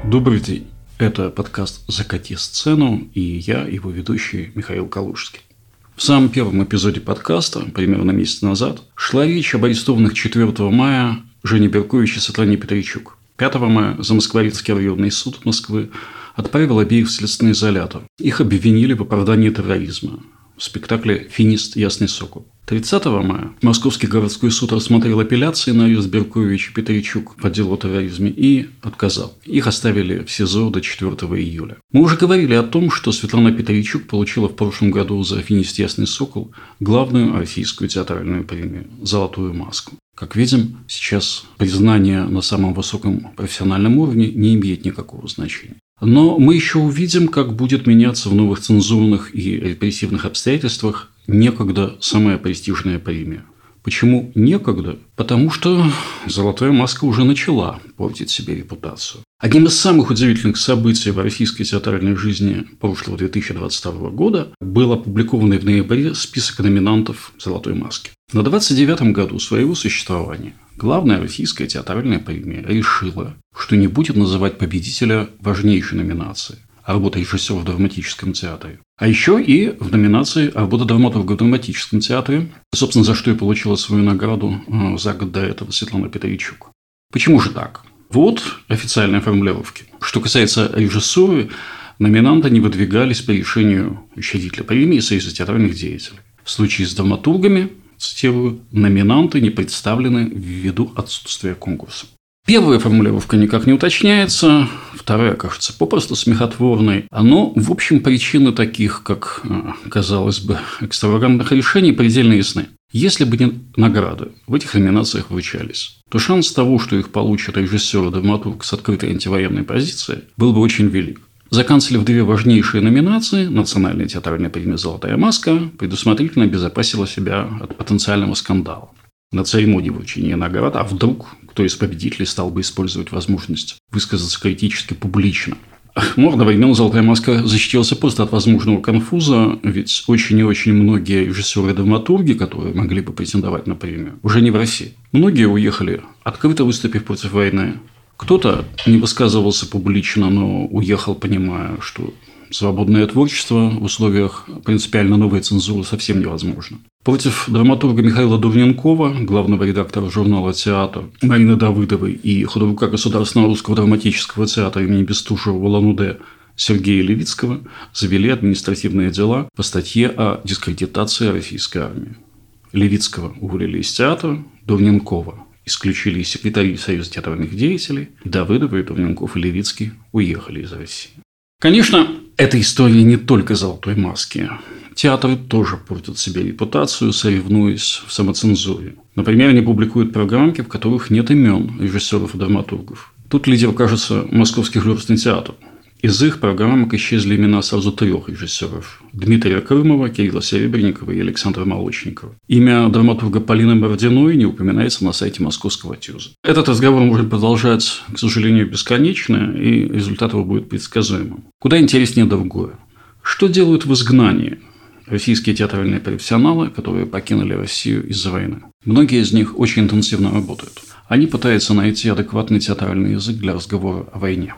Добрый день. Это подкаст «Закати сцену» и я, его ведущий Михаил Калужский. В самом первом эпизоде подкаста, примерно месяц назад, шла речь об арестованных 4 мая Жене Беркович и Светлане Петричук. 5 мая Замоскворецкий районный суд Москвы отправил обеих в следственный изолятор. Их обвинили в оправдании терроризма в спектакле «Финист. Ясный сокол». 30 мая Московский городской суд рассмотрел апелляции на арест Беркович и Петричук по делу о терроризме и отказал. Их оставили в СИЗО до 4 июля. Мы уже говорили о том, что Светлана Петричук получила в прошлом году за «Финист. Ясный сокол» главную российскую театральную премию «Золотую маску». Как видим, сейчас признание на самом высоком профессиональном уровне не имеет никакого значения. Но мы еще увидим, как будет меняться в новых цензурных и репрессивных обстоятельствах некогда самая престижная премия. Почему некогда? Потому что «Золотая маска» уже начала портить себе репутацию. Одним из самых удивительных событий в российской театральной жизни прошлого 2022 года был опубликованный в ноябре список номинантов «Золотой маски». На 29-м году своего существования главная российская театральная премия решила, что не будет называть победителя важнейшей номинации – работа режиссера в драматическом театре. А еще и в номинации «Работа драматурга в драматическом театре», собственно, за что и получила свою награду за год до этого Светлана Петричук. Почему же так? Вот официальные формулировки. Что касается режиссуры, номинанты не выдвигались по решению учредителя премии и Союза театральных деятелей. В случае с драматургами, цитирую, номинанты не представлены ввиду отсутствия конкурса. Первая формулировка никак не уточняется, вторая кажется попросту смехотворной. Но, в общем, причины таких, как, казалось бы, экстравагантных решений предельно ясны. Если бы не награды в этих номинациях вручались, то шанс того, что их получат режиссер и драматург с открытой антивоенной позицией, был бы очень велик. Заканчивая две важнейшие номинации, Национальная театральная премия «Золотая маска» предусмотрительно обезопасила себя от потенциального скандала на церемонии вручения наград, а вдруг кто из победителей стал бы использовать возможность высказаться критически публично. Но одновременно «Золотая маска» защитился просто от возможного конфуза, ведь очень и очень многие режиссеры и драматурги, которые могли бы претендовать на премию, уже не в России. Многие уехали, открыто выступив против войны. Кто-то не высказывался публично, но уехал, понимая, что свободное творчество в условиях принципиально новой цензуры совсем невозможно. Против драматурга Михаила Дурненкова, главного редактора журнала «Театр», Марины Давыдовой и художника Государственного русского драматического театра имени Бестужева в Улан-Удэ Сергея Левицкого завели административные дела по статье о дискредитации российской армии. Левицкого уволили из театра, Дурненкова исключили из секретарей Союза театральных деятелей, и Давыдова, и Дурненков, и Левицкий уехали из России. Конечно, эта история не только «Золотой маски». Театры тоже портят себе репутацию, соревнуясь в самоцензуре. Например, они публикуют программки, в которых нет имен режиссеров и драматургов. Тут лидер, кажется, Московский художественный театр. Из их программок исчезли имена сразу 3 режиссеров – Дмитрия Крымова, Кирилла Серебренникова и Александра Молочникова. Имя драматурга Полины Бородиной не упоминается на сайте Московского ТЮЗа. Этот разговор может продолжать, к сожалению, бесконечно, и результат его будет предсказуемым. Куда интереснее другое. Что делают в изгнании российские театральные профессионалы, которые покинули Россию из-за войны? Многие из них очень интенсивно работают. Они пытаются найти адекватный театральный язык для разговора о войне.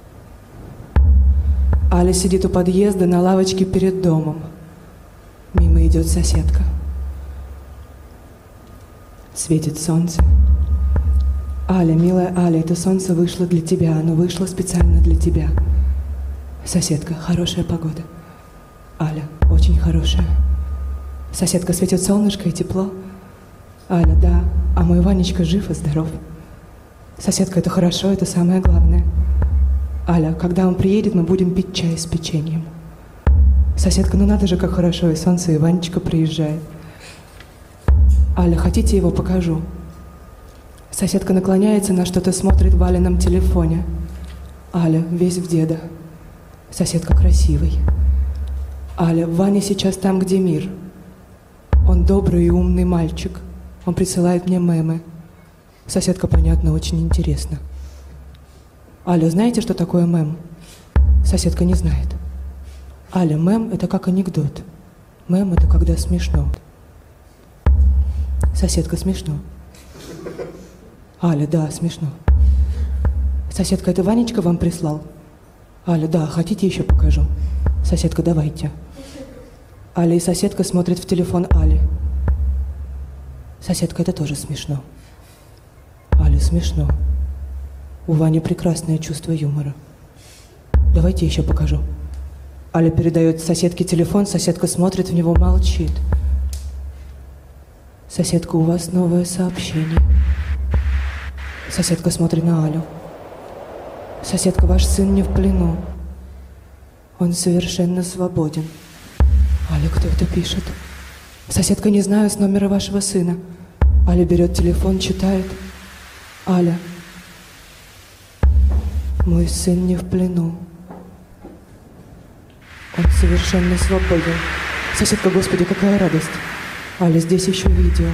Аля сидит у подъезда на лавочке перед домом. Мимо идет соседка. Светит солнце. Аля, милая Аля, это солнце вышло для тебя, оно вышло специально для тебя. Соседка, хорошая погода. Аля, очень хорошая. Соседка, светит солнышко и тепло. Аля, да, а мой Ванечка жив и здоров. Соседка, это хорошо, это самое главное. Аля, когда он приедет, мы будем пить чай с печеньем. Соседка, ну надо же, как хорошо, и солнце, и Ванечка приезжает. Аля, хотите, его покажу? Соседка наклоняется, на что-то смотрит в Алином телефоне. Аля, весь в деда. Соседка, красивый. Аля, Ваня сейчас там, где мир. Он добрый и умный мальчик. Он присылает мне мемы. Соседка, понятно, очень интересно. Аля, знаете, что такое мем? Соседка не знает. Аля, мем – это как анекдот. Мем – это когда смешно. Соседка, смешно. Аля, да, смешно. Соседка, это Ванечка вам прислал? Аля, да, хотите еще покажу? Соседка, давайте. Аля и соседка смотрят в телефон Али. Соседка, это тоже смешно. Аля, смешно. У Вани прекрасное чувство юмора. Давайте еще покажу. Аля передает соседке телефон, соседка смотрит в него, молчит. Соседка, у вас новое сообщение. Соседка смотрит на Алю. Соседка, ваш сын не в плену. Он совершенно свободен. Аля, кто это пишет? Соседка, не знаю, с номера вашего сына. Аля берет телефон, читает. Аля. Мой сын не в плену. Он совершенно свободен. Соседка, господи, какая радость. Аля, здесь еще видео.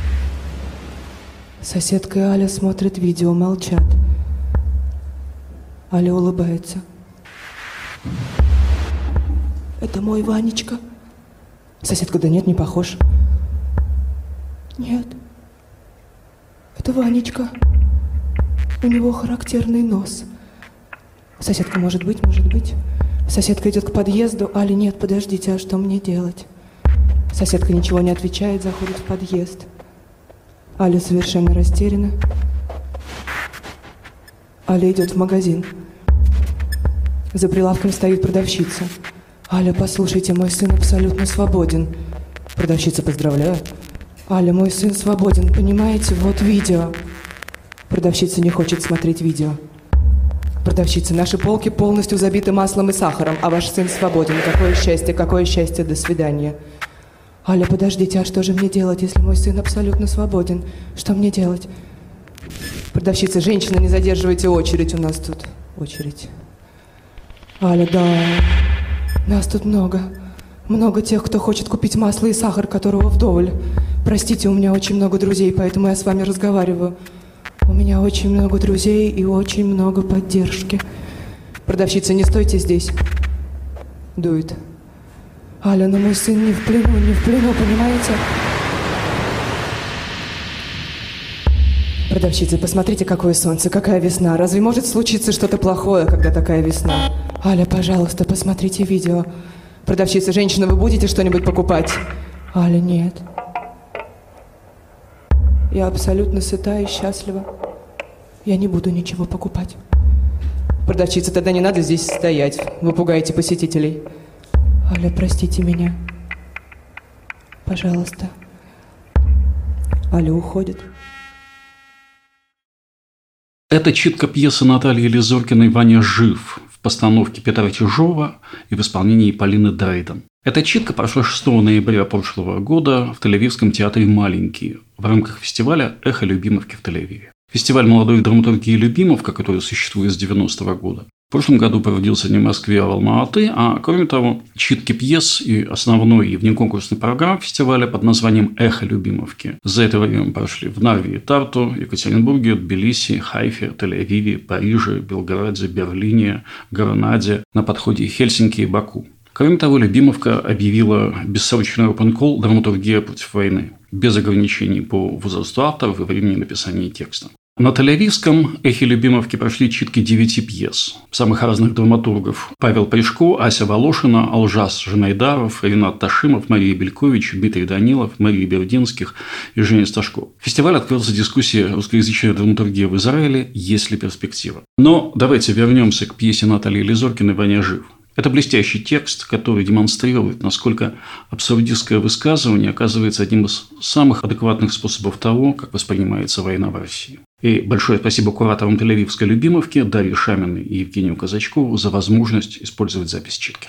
Соседка и Аля смотрят видео, молчат. Аля улыбается. Это мой Ванечка. Соседка, да нет, не похож. Нет. Это Ванечка. У него характерный нос. Соседка, может быть, может быть. Соседка идет к подъезду. Аля, нет, подождите, а что мне делать? Соседка ничего не отвечает, заходит в подъезд. Аля совершенно растеряна. Аля идет в магазин. За прилавком стоит продавщица. Аля, послушайте, мой сын абсолютно свободен. Продавщица, поздравляю. Аля, мой сын свободен, понимаете? Вот видео. Продавщица не хочет смотреть видео. Продавщица, наши полки полностью забиты маслом и сахаром, а ваш сын свободен. Какое счастье, до свидания. Аля, подождите, а что же мне делать, если мой сын абсолютно свободен? Что мне делать? Продавщица, женщина, не задерживайте очередь, у нас тут очередь. Аля, да, нас тут много. Много тех, кто хочет купить масло и сахар, которого вдоволь. Простите, у меня очень много друзей, поэтому я с вами разговариваю. У меня очень много друзей и очень много поддержки. Продавщица, не стойте здесь. Дует. Аля, но мой сын не в плену, понимаете? Продавщица, посмотрите, какое солнце, какая весна. Разве может случиться что-то плохое, когда такая весна? Аля, пожалуйста, посмотрите видео. Продавщица, женщина, вы будете что-нибудь покупать? Аля, нет. Я абсолютно сыта и счастлива. Я не буду ничего покупать. Продавщица, тогда не надо здесь стоять. Вы пугаете посетителей. Аля, простите меня. Пожалуйста. Аля уходит. Это читка пьесы Натальи Лизоркиной «Ваня жив» в постановке Петра Чижова и в исполнении Полины Дрейден. Эта читка прошла 6 ноября прошлого года в Тель-Авивском театре «Маленький» в рамках фестиваля «Эхо Любимовки» в Тель-Авиве. Фестиваль молодой драматургии «Любимовка», который существует с 90-го года, в прошлом году проводился не в Москве, а в Алма-Аты, а кроме того, читки пьес и основной и внеконкурсной программы фестиваля под названием «Эхо Любимовки» за это время прошли в Нарве и Тарту, Екатеринбурге, Тбилиси, Хайфе, Тель-Авиве, Париже, Белграде, Берлине, Гранаде, на подходе Хельсинки и Баку. Кроме того, Любимовка объявила бессрочный open-call «Драматургия против войны» без ограничений по возрасту авторов и времени написания текста. На Тель-Авивском «Эхе Любимовки» прошли читки 9 пьес самых разных драматургов: Павел Пришко, Ася Волошина, Алжас Жанайдаров, Ренат Ташимов, Мария Белькович, Дмитрий Данилов, Мария Бердинских и Женя Сташко. Фестиваль открылся дискуссией «Русскоязычная драматургия в Израиле. Есть ли перспектива?». Но давайте вернемся к пьесе Натальи Лизоркиной «Ваня жив». Это блестящий текст, который демонстрирует, насколько абсурдистское высказывание оказывается одним из самых адекватных способов того, как воспринимается война в России. И большое спасибо кураторам Тель-Авивской Любимовки Дарье Шаминой и Евгению Казачкову за возможность использовать запись читки.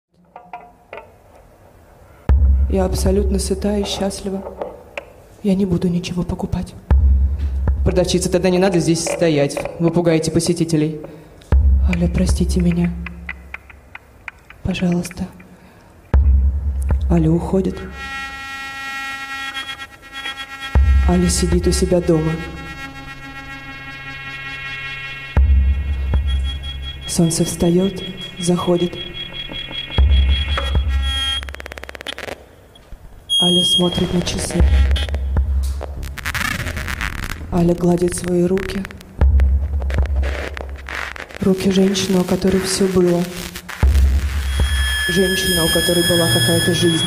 Я абсолютно сыта и счастлива. Я не буду ничего покупать. Продавщица, тогда не надо здесь стоять. Вы пугаете посетителей. Аля, простите меня. Пожалуйста. Аля уходит. Аля сидит у себя дома. Солнце встает, заходит. Аля смотрит на часы. Аля гладит свои руки. Руки женщины, у которой все было. Женщина, у которой была какая-то жизнь.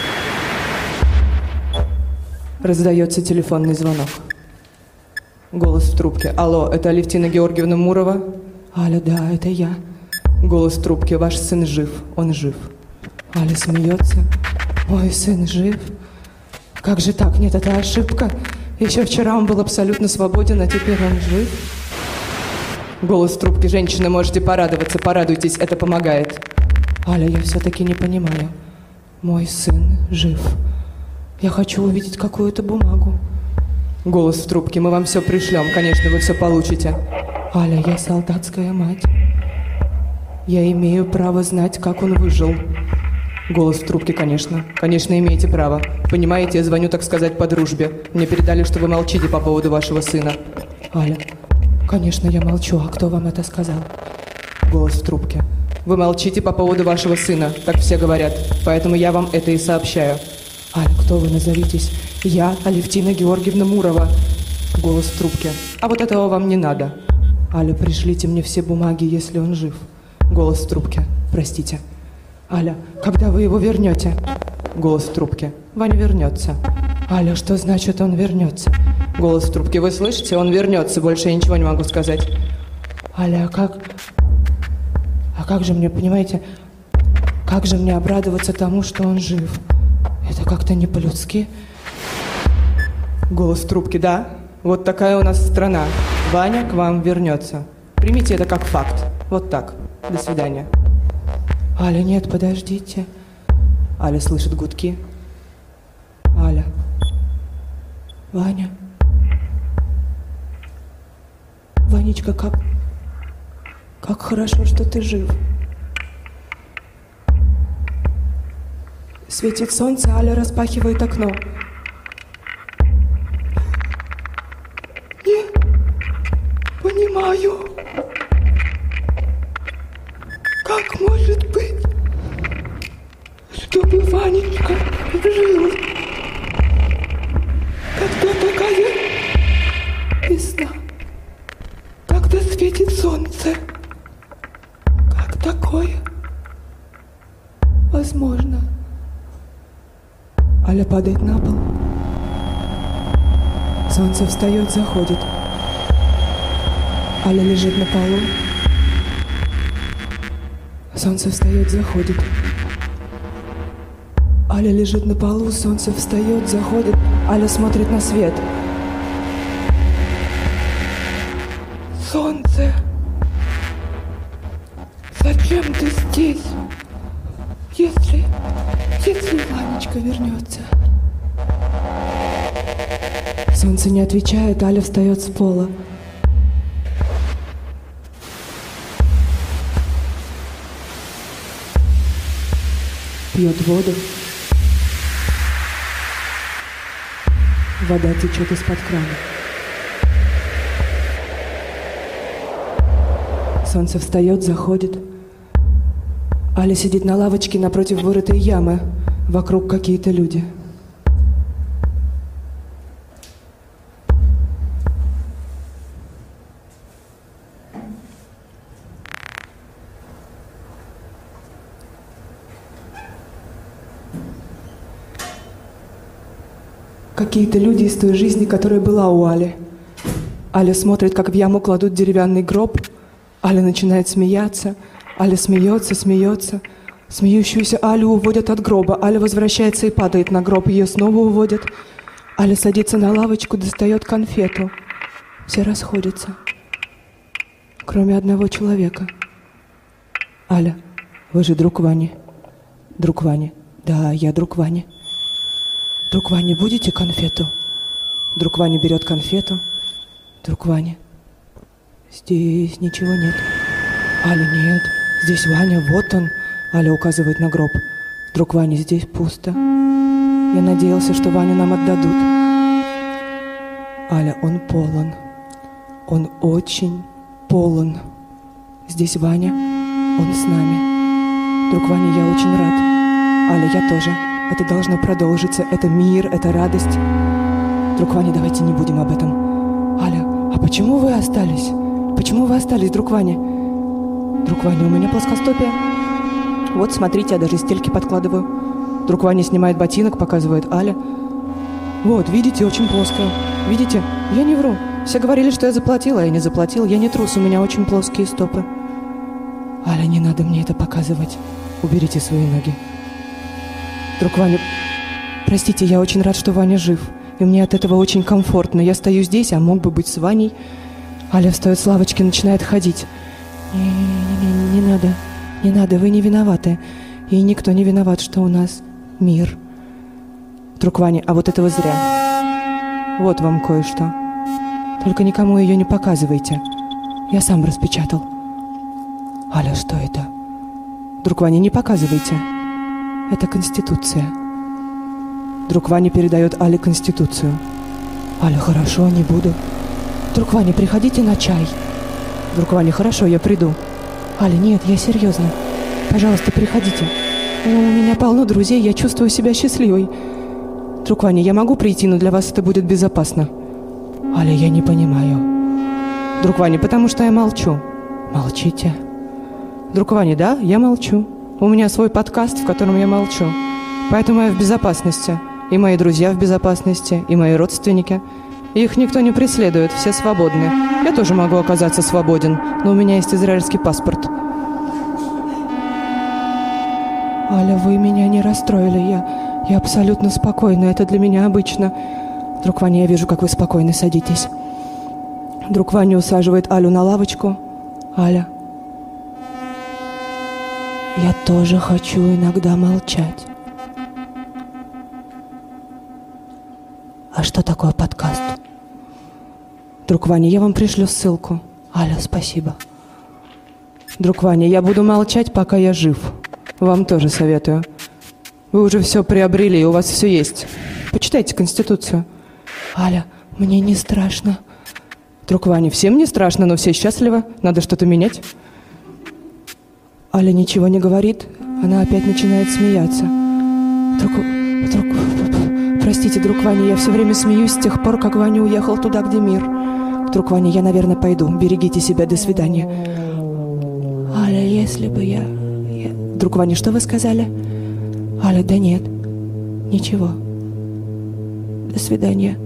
Раздается телефонный звонок. Голос в трубке. Алло, это Алевтина Георгиевна Мурова? Аля, да, это я. Голос в трубке. Ваш сын жив. Он жив. Аля смеется. Мой сын жив? Как же так? Нет, это ошибка. Еще вчера он был абсолютно свободен, а теперь он жив. Голос в трубке. Женщины, можете порадоваться, порадуйтесь, это помогает. Аля, я все-таки не понимаю. Мой сын жив. Я хочу увидеть какую-то бумагу. Голос в трубке. Мы вам все пришлем, конечно, вы все получите. Аля, я солдатская мать. Я имею право знать, как он выжил. Голос в трубке, конечно. Конечно, имеете право. Понимаете, я звоню, так сказать, по дружбе. Мне передали, что вы молчите по поводу вашего сына. Аля, конечно, я молчу. А кто вам это сказал? Голос в трубке. Вы молчите по поводу вашего сына, так все говорят. Поэтому я вам это и сообщаю. Аля, кто вы, назовитесь? Я, Алевтина Георгиевна Мурова. Голос в трубке. А вот этого вам не надо. Аля, пришлите мне все бумаги, если он жив. Голос в трубке. Простите. Аля, когда вы его вернете? Голос в трубке. Ваня вернется. Аля, что значит он вернется? Голос в трубке. Вы слышите? Он вернется. Больше я ничего не могу сказать. Аля, а как же мне, понимаете, как же мне обрадоваться тому, что он жив? Это как-то не по-людски. Голос в трубке. Да, вот такая у нас страна. Ваня к вам вернется. Примите это как факт. Вот так. До свидания. Аля, нет, подождите. Аля слышит гудки. Аля. Ваня. Ванечка, как хорошо, что ты жив. Светит солнце, Аля распахивает окно. Не понимаю, как может быть, чтобы Ванечка жил, когда такая весна, когда светит солнце, как такое возможно? Аля падает на пол. Солнце встает, заходит. Аля лежит на полу. Солнце встает, заходит. Аля лежит на полу, солнце встает, заходит. Аля смотрит на свет. Солнце, зачем ты здесь? Если Ванечка вернется. Солнце не отвечает, Аля встает с пола. Пьет воду. Вода течет из-под крана. Солнце встает, заходит. Аля сидит на лавочке напротив вырытой ямы. Вокруг какие-то люди. Какие-то люди из той жизни, которая была у Али. Аля смотрит, как в яму кладут деревянный гроб. Аля начинает смеяться. Аля смеется. Смеющуюся Алю уводят от гроба. Аля возвращается и падает на гроб. Ее снова уводят. Аля садится на лавочку, достает конфету. Все расходятся. Кроме одного человека. Аля, вы же друг Вани. Друг Вани. Да, я друг Вани. Друг Ваня, будете конфету? Друг Ваня берет конфету. Друг Ваня. Здесь ничего нет. Аля, нет. Здесь Ваня, вот он. Аля указывает на гроб. Друг Ваня, здесь пусто. Я надеялся, что Ваню нам отдадут. Аля, он полон. Он очень полон. Здесь Ваня, он с нами. Друг Ваня, я очень рад. Аля, я тоже. Это должно продолжиться. Это мир, это радость. Друг Ваня, давайте не будем об этом. Аля, а почему вы остались? Почему вы остались, друг Ваня? Друг Ваня, у меня плоскостопие. Вот, смотрите, я даже стельки подкладываю. Друг Ваня снимает ботинок, показывает Аля. Вот, видите, очень плоская. Видите? Я не вру. Все говорили, что я заплатила, а я не заплатил. Я не трус, у меня очень плоские стопы. Аля, не надо мне это показывать. Уберите свои ноги. Друг Ваня, простите, я очень рад, что Ваня жив. И мне от этого очень комфортно. Я стою здесь, а мог бы быть с Ваней. Аля встает с лавочки, начинает ходить. Не надо, вы не виноваты. И никто не виноват, что у нас мир. Друг Ваня, а вот этого зря. Вот вам кое-что. Только никому ее не показывайте. Я сам распечатал. Аля, что это? Друг Ваня, не показывайте. Это Конституция. Друг Ваня передает Але Конституцию. Аля, хорошо, не буду. Друг Ваня, приходите на чай. Друг Ваня, хорошо, я приду. Аля, нет, я серьезно. Пожалуйста, приходите. У меня полно друзей, я чувствую себя счастливой. Друг Ваня, я могу прийти, но для вас это будет безопасно. Аля, я не понимаю. Друг Ваня, потому что я молчу. Молчите. Друг Ваня, да, я молчу. У меня свой подкаст, в котором я молчу. Поэтому я в безопасности. И мои друзья в безопасности, и мои родственники. Их никто не преследует, все свободны. Я тоже могу оказаться свободен, но у меня есть израильский паспорт. Аля, вы меня не расстроили. Я абсолютно спокойна, это для меня обычно. Друг Ваня, я вижу, как вы спокойно садитесь. Друг Ваня усаживает Алю на лавочку. Аля, я тоже хочу иногда молчать. А что такое подкаст? Друг Ваня, я вам пришлю ссылку. Аля, спасибо. Друг Ваня, я буду молчать, пока я жив. Вам тоже советую. Вы уже все приобрели, и у вас все есть. Почитайте Конституцию. Аля, мне не страшно. Друг Ваня, всем не страшно, но все счастливы. Надо что-то менять. Аля ничего не говорит. Она опять начинает смеяться. Простите, друг Ваня, я все время смеюсь с тех пор, как Ваня уехал туда, где мир. Друг Ваня, я, наверное, пойду. Берегите себя, до свидания. Аля, если бы я... Друг Ваня, что вы сказали? Аля, да нет. Ничего. До свидания.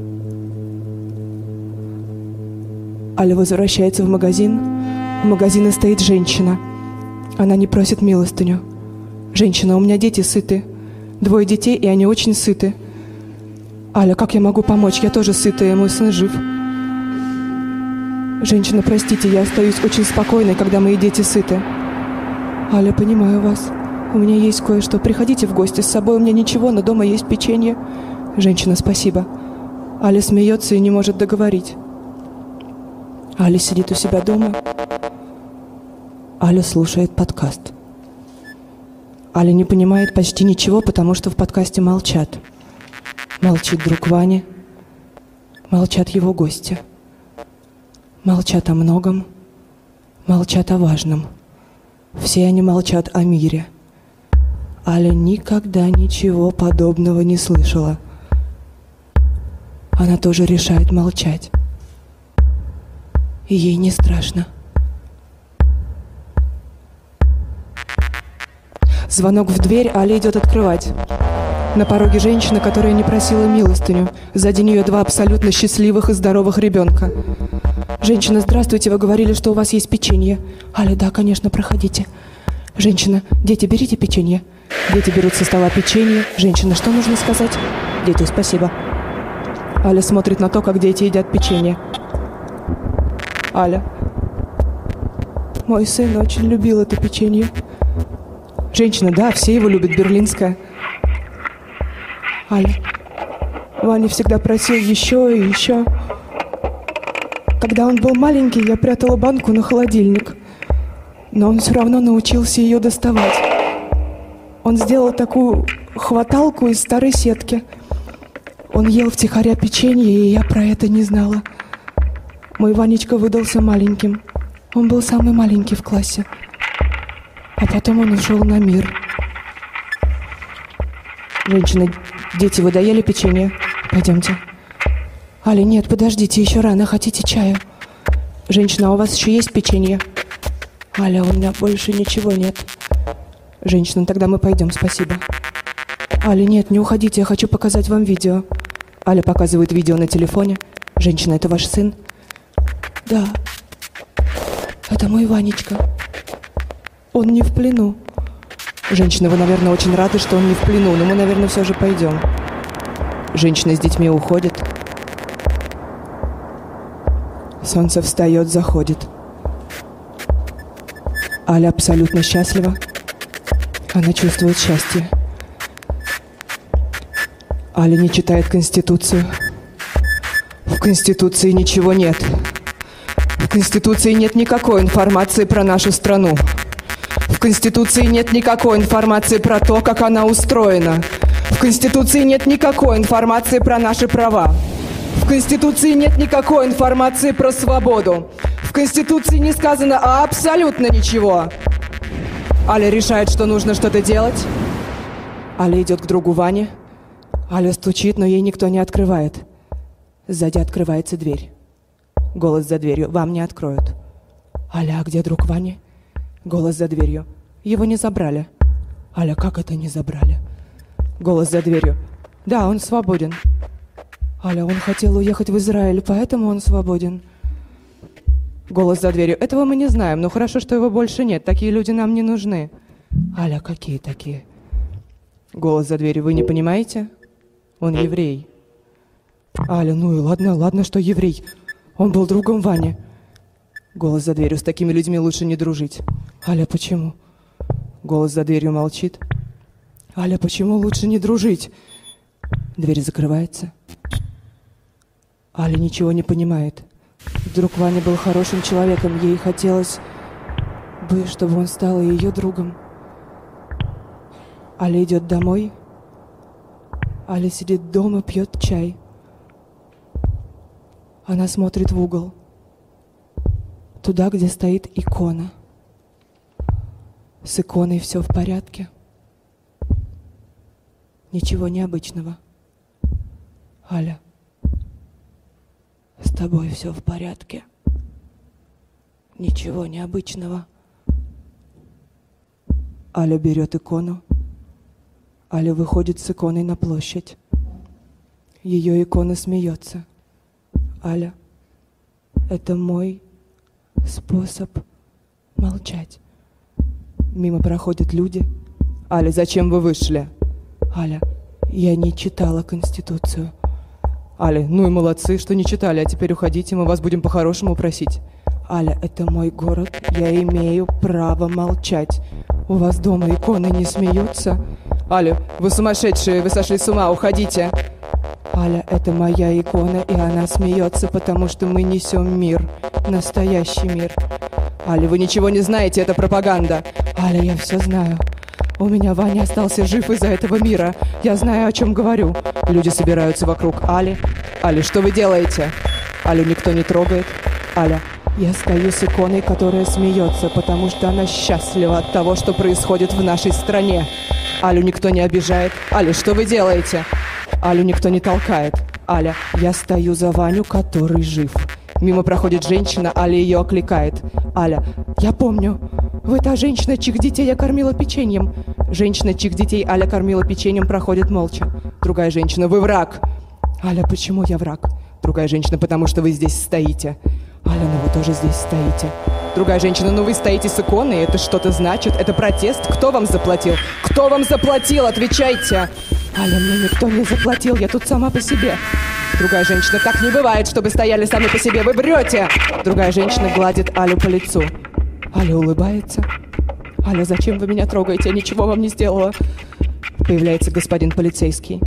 Аля возвращается в магазин. У магазина стоит женщина. Она не просит милостыню. Женщина, у меня дети сыты. 2 детей, и они очень сыты. Аля, как я могу помочь? Я тоже сытая, мой сын жив. Женщина, простите, я остаюсь очень спокойной, когда мои дети сыты. Аля, понимаю вас. У меня есть кое-что. Приходите в гости. С собой у меня ничего, но дома есть печенье. Женщина, спасибо. Аля смеется и не может договорить. Аля сидит у себя дома. Аля слушает подкаст. Аля не понимает почти ничего, потому что в подкасте молчат. Молчит друг Ваня. Молчат его гости. Молчат о многом. Молчат о важном. Все они молчат о мире. Аля никогда ничего подобного не слышала. Она тоже решает молчать. И ей не страшно. Звонок в дверь, Аля идет открывать. На пороге женщина, которая не просила милостыню. Сзади нее 2 абсолютно счастливых и здоровых ребенка. Женщина, здравствуйте, вы говорили, что у вас есть печенье. Аля, да, конечно, проходите. Женщина, дети, берите печенье. Дети берут со стола печенье. Женщина, что нужно сказать? Дети, спасибо. Аля смотрит на то, как дети едят печенье. Аля. Мой сын очень любил это печенье. Женщина, да, все его любят, берлинское. Аля. Ваня всегда просил еще и еще. Когда он был маленький, я прятала банку на холодильник. Но он все равно научился ее доставать. Он сделал такую хваталку из старой сетки. Он ел втихаря печенье, и я про это не знала. Мой Ванечка выдался маленьким. Он был самый маленький в классе. А потом он ушел на мир. Женщина, дети, вы доели печенье? Пойдемте. Аля, нет, подождите, еще рано, хотите чаю? Женщина, а у вас еще есть печенье? Аля, у меня больше ничего нет. Женщина, тогда мы пойдем, спасибо. Аля, нет, не уходите, я хочу показать вам видео. Аля показывает видео на телефоне. Женщина, это ваш сын? Да. Это мой Ванечка. Он не в плену. Женщина, вы, наверное, очень рады, что он не в плену, но мы, наверное, все же пойдем. Женщина с детьми уходит. Солнце встает, заходит. Аля абсолютно счастлива. Она чувствует счастье. Аля не читает Конституцию. В Конституции ничего нет. В Конституции нет никакой информации про нашу страну. В Конституции нет никакой информации про то, как она устроена. В Конституции нет никакой информации про наши права. В Конституции нет никакой информации про свободу. В Конституции не сказано абсолютно ничего. Аля решает, что нужно что-то делать. Аля идет к другу Ване. Аля стучит, но ей никто не открывает. Сзади открывается дверь. Голос за дверью. Вам не откроют. Аля, а где друг Вани? Голос за дверью. Его не забрали. Аля, как это не забрали? Голос за дверью. Да, он свободен. Аля, он хотел уехать в Израиль, поэтому он свободен. Голос за дверью. Этого мы не знаем, но хорошо, что его больше нет. Такие люди нам не нужны. Аля, какие такие? Голос за дверью. Вы не понимаете? Он еврей. Аля, ну и ладно, что еврей. Он был другом Вани. Голос за дверью. С такими людьми лучше не дружить. Аля, почему? Голос за дверью молчит. Аля, почему лучше не дружить? Дверь закрывается. Аля ничего не понимает. Друг Ваня был хорошим человеком. Ей хотелось бы, чтобы он стал ее другом. Аля идет домой. Аля сидит дома, пьет чай. Она смотрит в угол. Туда, где стоит икона. С иконой все в порядке. Ничего необычного. Аля, с тобой все в порядке. Ничего необычного. Аля берет икону. Аля выходит с иконой на площадь. Ее икона смеется. Аля, это мой способ молчать. Мимо проходят люди. Аля, зачем вы вышли? Аля, я не читала Конституцию. Аля, ну и молодцы, что не читали, а теперь уходите, мы вас будем по-хорошему просить. Аля, это мой город, я имею право молчать. У вас дома иконы не смеются? Аля, вы сумасшедшие, вы сошли с ума, уходите. Аля, это моя икона, и она смеется, потому что мы несем мир, настоящий мир. Аля, вы ничего не знаете, это пропаганда. Аля, я все знаю. У меня Ваня остался жив из-за этого мира. Я знаю, о чем говорю. Люди собираются вокруг Али. Аля, что вы делаете? Алю никто не трогает. Аля, я стою с иконой, которая смеется, потому что она счастлива от того, что происходит в нашей стране. Алю никто не обижает. Аля, что вы делаете? Алю никто не толкает. Аля, я стою за Ваню, который жив. Мимо проходит женщина, Аля ее окликает. Аля, я помню. Вы та женщина, чьих детей я кормила печеньем. Женщина, чьих детей Аля кормила печеньем, проходит молча. Другая женщина, вы враг. Аля, почему я враг? Другая женщина, потому что вы здесь стоите. Аля, ну вы тоже здесь стоите. Другая женщина, ну вы стоите с иконой, это что-то значит? Это протест? Кто вам заплатил? Кто вам заплатил? Отвечайте. Аля, мне никто не заплатил, я тут сама по себе. Другая женщина, так не бывает, чтобы стояли сами по себе, вы врете. Другая женщина гладит Алю по лицу. Аля улыбается. Аля, зачем вы меня трогаете? Я ничего вам не сделала. Появляется господин полицейский.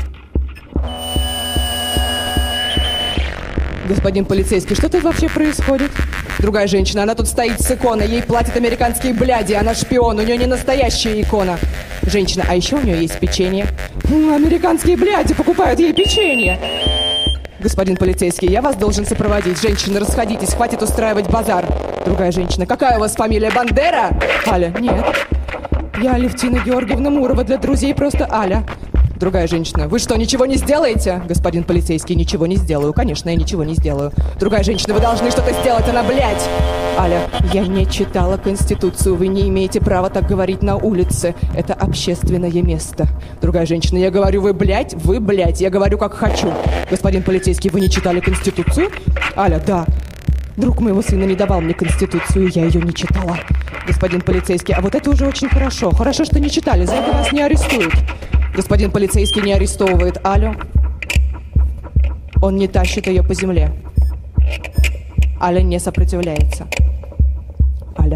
Господин полицейский, что тут вообще происходит? Другая женщина, она тут стоит с иконой, ей платят американские бляди, она шпион, у нее не настоящая икона. Женщина, а еще у нее есть печенье. Американские бляди покупают ей печенье. Господин полицейский, я вас должен сопроводить. Женщина, расходитесь, хватит устраивать базар. Другая женщина, какая у вас фамилия, Бандера? Аля, нет. Я Алевтина Георгиевна Мурова, для друзей просто Аля. Другая женщина. Вы что, ничего не сделаете? Господин полицейский. Ничего не сделаю. Конечно, я ничего не сделаю. Другая женщина. Вы должны что-то сделать, она, блядь. Аля. Я не читала Конституцию. Вы не имеете права так говорить на улице. Это общественное место. Другая женщина. Я говорю, вы, блядь, вы, блядь. Я говорю, как хочу. Господин полицейский. Вы не читали Конституцию? Аля. Да. Друг моего сына не давал мне Конституцию, я ее не читала. Господин полицейский, а вот это уже очень хорошо. Хорошо, что не читали, за это вас не арестуют. Господин полицейский не арестовывает Алю. Он не тащит ее по земле. Аля не сопротивляется. Аля.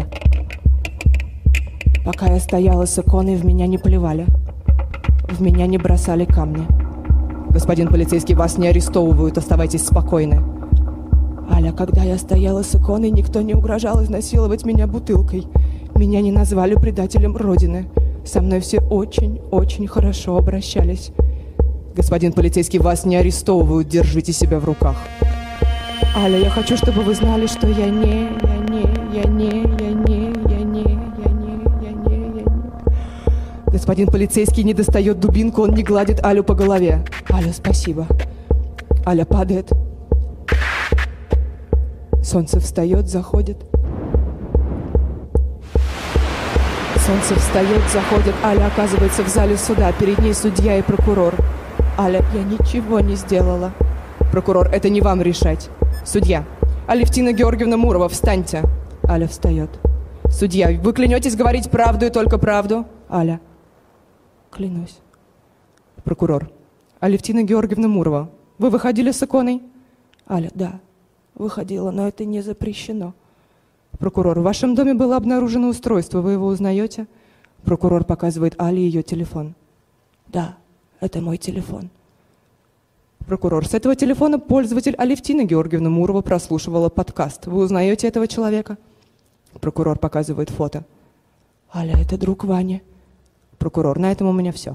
Пока я стояла с иконой, в меня не плевали. В меня не бросали камни. Господин полицейский, вас не арестовывают, оставайтесь спокойны. Аля, когда я стояла с иконой, никто не угрожал изнасиловать меня бутылкой. Меня не назвали предателем Родины. Со мной все очень хорошо обращались. Господин полицейский, вас не арестовывают, держите себя в руках. Аля, я хочу, чтобы вы знали, что я не. Господин полицейский не достает дубинку, он не гладит Алю по голове. Аля, спасибо. Аля падает. Солнце встает, заходит. Солнце встает, заходит. Аля оказывается в зале суда. Перед ней судья и прокурор. Аля, я ничего не сделала. Прокурор, это не вам решать. Судья. Алевтина Георгиевна Мурова, встаньте. Аля встает. Судья, вы клянетесь говорить правду и только правду? Аля. Клянусь. Прокурор. Алевтина Георгиевна Мурова, вы выходили с иконой? Аля, да. Выходила, но это не запрещено. Прокурор, в вашем доме было обнаружено устройство, вы его узнаете? Прокурор показывает Али ее телефон. Да, это мой телефон. Прокурор, с этого телефона пользователь Алевтина Георгиевна Мурова прослушивала подкаст. Вы узнаете этого человека? Прокурор показывает фото. Аля, это друг Вани. Прокурор, на этом у меня все.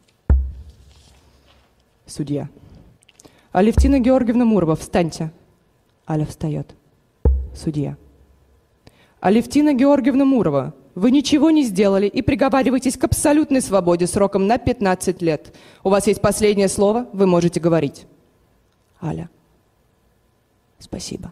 Судья. Алевтина Георгиевна Мурова, встаньте. Аля встает. Судья. Алевтина Георгиевна Мурова, вы ничего не сделали и приговариваетесь к абсолютной свободе сроком на 15 лет. У вас есть последнее слово, вы можете говорить. Аля. Спасибо.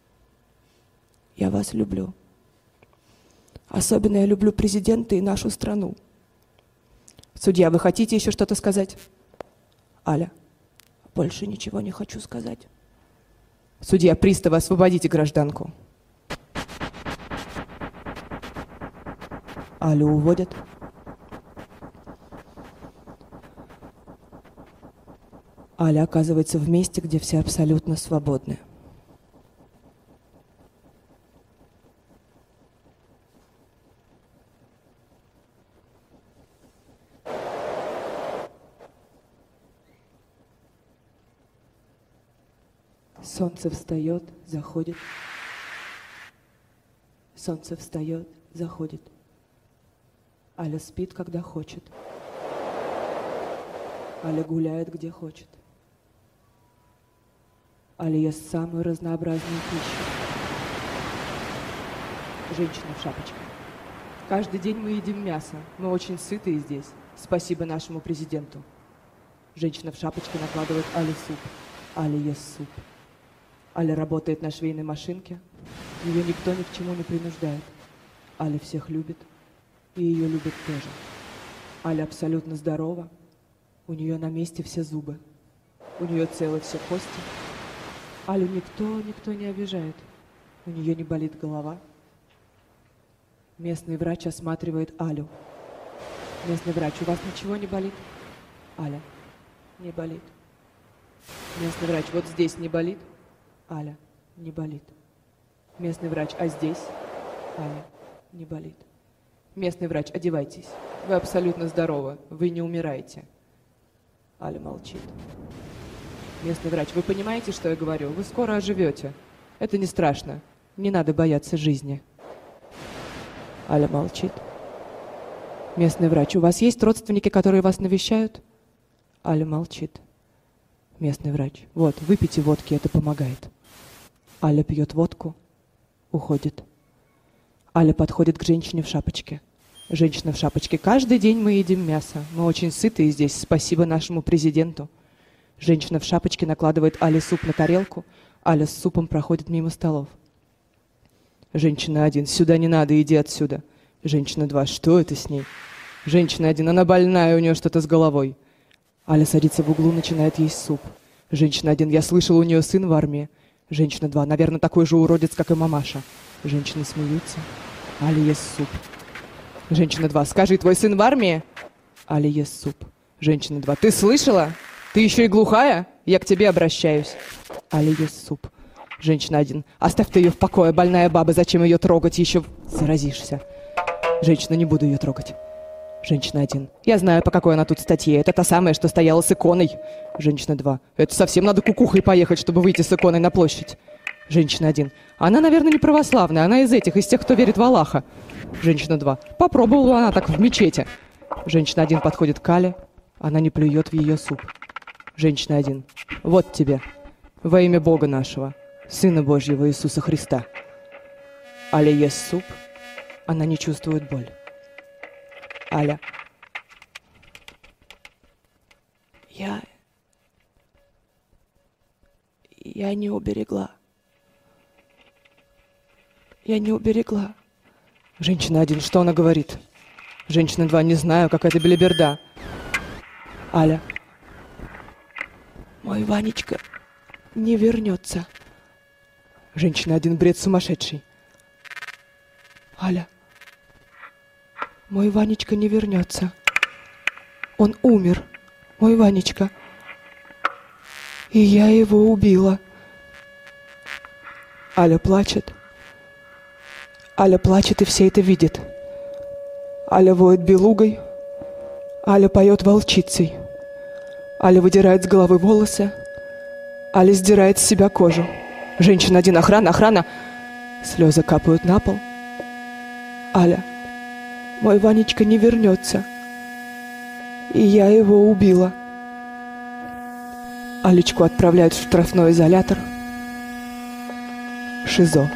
Я вас люблю. Особенно я люблю президента и нашу страну. Судья, вы хотите еще что-то сказать? Аля. Больше ничего не хочу сказать. Судья, приставы, освободите гражданку. Алю уводят. Аля оказывается в месте, где все абсолютно свободны. Солнце встает, заходит. Солнце встает, заходит. Аля спит, когда хочет. Аля гуляет, где хочет. Аля ест самую разнообразную пищу. Женщина в шапочке. Каждый день мы едим мясо. Мы очень сытые здесь. Спасибо нашему президенту. Женщина в шапочке накладывает Але суп. Аля ест суп. Аля работает на швейной машинке. Ее никто ни к чему не принуждает. Аля всех любит. И ее любят тоже. Аля абсолютно здорова. У нее на месте все зубы. У нее целы все кости. Алю никто не обижает. У нее не болит голова. Местный врач осматривает Алю. Местный врач, у вас ничего не болит? Аля, не болит. Местный врач, вот здесь не болит? Аля, не болит. Местный врач, а здесь? Аля, не болит. Местный врач, одевайтесь. Вы абсолютно здоровы, вы не умираете. Аля молчит. Местный врач, вы понимаете, что я говорю? Вы скоро оживете. Это не страшно. Не надо бояться жизни. Аля молчит. Местный врач, у вас есть родственники, которые вас навещают? Аля молчит. Местный врач, вот, выпейте водки, это помогает. Аля пьет водку, уходит. Аля подходит к женщине в шапочке. Женщина в шапочке. Каждый день мы едим мясо. Мы очень сытые здесь. Спасибо нашему президенту. Женщина в шапочке накладывает Але суп на тарелку. Аля с супом проходит мимо столов. Женщина 1. Сюда не надо, иди отсюда. Женщина 2. Что это с ней? Женщина 1. Она больная, у нее что-то с головой. Аля садится в углу, начинает есть суп. Женщина 1. Я слышала, у нее сын в армии. Женщина 2. Наверное, такой же уродец, как и мамаша. Женщины смеются. Аля ест суп. Женщина 2. Скажи, твой сын в армии? Аля ест суп. Женщина 2. Ты слышала? Ты еще и глухая? Я к тебе обращаюсь. Аля ест суп. Женщина 1. Оставь ты ее в покое, больная баба, зачем ее трогать, еще заразишься. Женщина, не буду ее трогать. Женщина 1. Я знаю, по какой она тут статье. Это та самая, что стояла с иконой. Женщина 2. Это совсем надо кукухой поехать, чтобы выйти с иконой на площадь. Женщина 1. Она, наверное, не православная, она из тех, кто верит в Аллаха. Женщина 2. Попробовала она так в мечети. Женщина 1 подходит к Але. Она не плюет в ее суп. Женщина 1. Вот тебе. Во имя Бога нашего, Сына Божьего Иисуса Христа. Аля ест суп. Она не чувствует боль. Аля. Я не уберегла. Я не уберегла. Женщина 1. Что она говорит? Женщина 2. Не знаю, какая-то белиберда. Аля. Мой Ванечка не вернется. Женщина 1. Бред сумасшедший. Аля. Мой Ванечка не вернется. Он умер. Мой Ванечка. И я его убила. Аля плачет. Аля плачет, и все это видят. Аля воет белугой. Аля поет волчицей. Аля выдирает с головы волосы. Аля сдирает с себя кожу. Женщина 1. Охрана, охрана. Слезы капают на пол. Аля. Мой Ванечка не вернется. И я его убила. Алечку отправляют в штрафной изолятор. ШИЗО.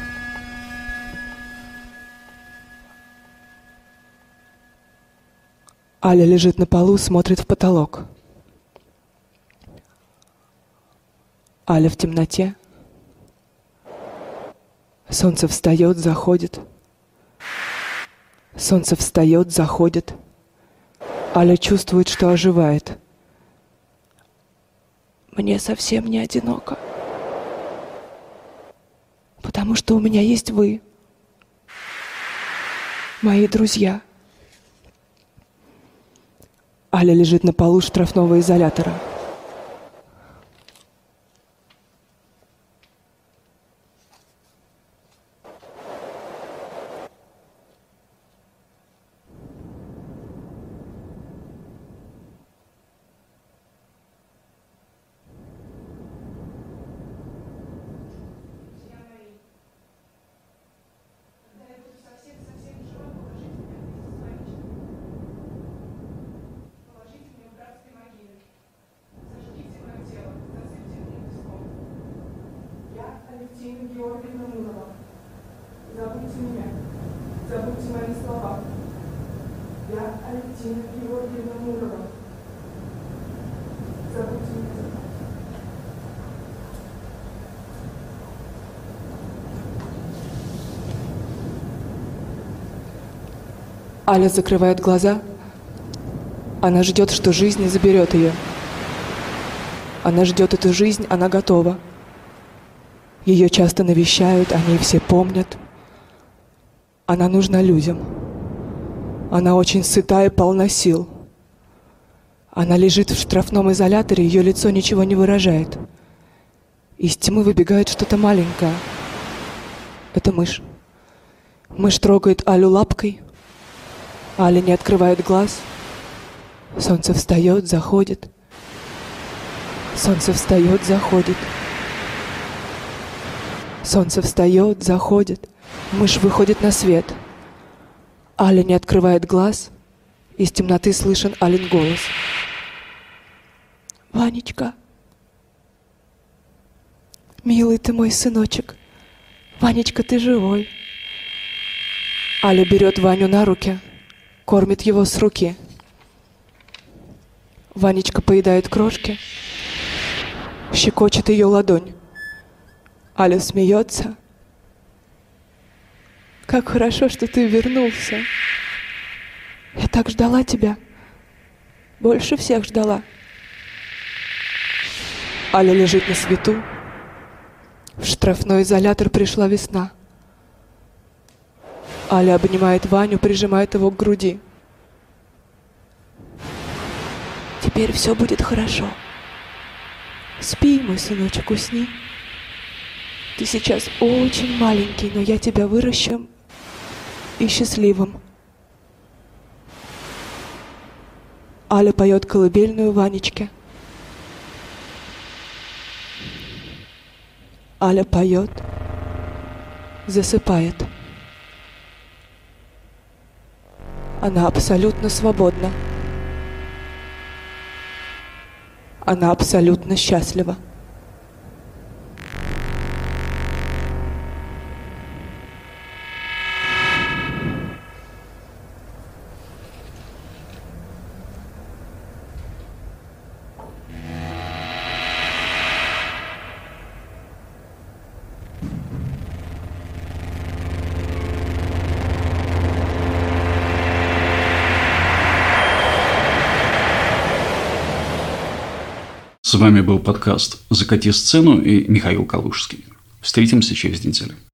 Аля лежит на полу, смотрит в потолок. Аля в темноте. Солнце встает, заходит. Солнце встает, заходит. Аля чувствует, что оживает. Мне совсем не одиноко. Потому что у меня есть вы. Мои друзья. Аля лежит на полу штрафного изолятора. Алевтина Георгиевна Мурова. Забудьте меня. Забудьте мои слова. Я Алевтина Георгиевна Мурова. Забудьте меня. Аля закрывает глаза. Она ждет, что жизнь заберет ее. Она ждет эту жизнь, она готова. Ее часто навещают, о ней все помнят. Она нужна людям. Она очень сыта и полна сил. Она лежит в штрафном изоляторе, ее лицо ничего не выражает. Из тьмы выбегает что-то маленькое. Это мышь. Мышь трогает Алю лапкой. Аля не открывает глаз. Солнце встает, заходит. Солнце встает, заходит. Солнце встает, заходит. Мышь выходит на свет. Аля не открывает глаз. Из темноты слышен Алин голос. «Ванечка, милый ты мой сыночек. Ванечка, ты живой». Аля берет Ваню на руки. кормит его с руки. Ванечка поедает крошки, щекочет ее ладонь. Аля смеется. Как хорошо, что ты вернулся. Я так ждала тебя. Больше всех ждала. Аля лежит на свету. В штрафной изолятор пришла весна. Аля обнимает Ваню, прижимает его к груди. Теперь все будет хорошо. Спи, мой сыночек, усни. Ты сейчас очень маленький, но я тебя выращу и счастливым. Аля поет колыбельную Ванечке. Аля поет, засыпает. Она абсолютно свободна. Она абсолютно счастлива. С вами был подкаст «Закати сцену» и Михаил Калужский. Встретимся через неделю.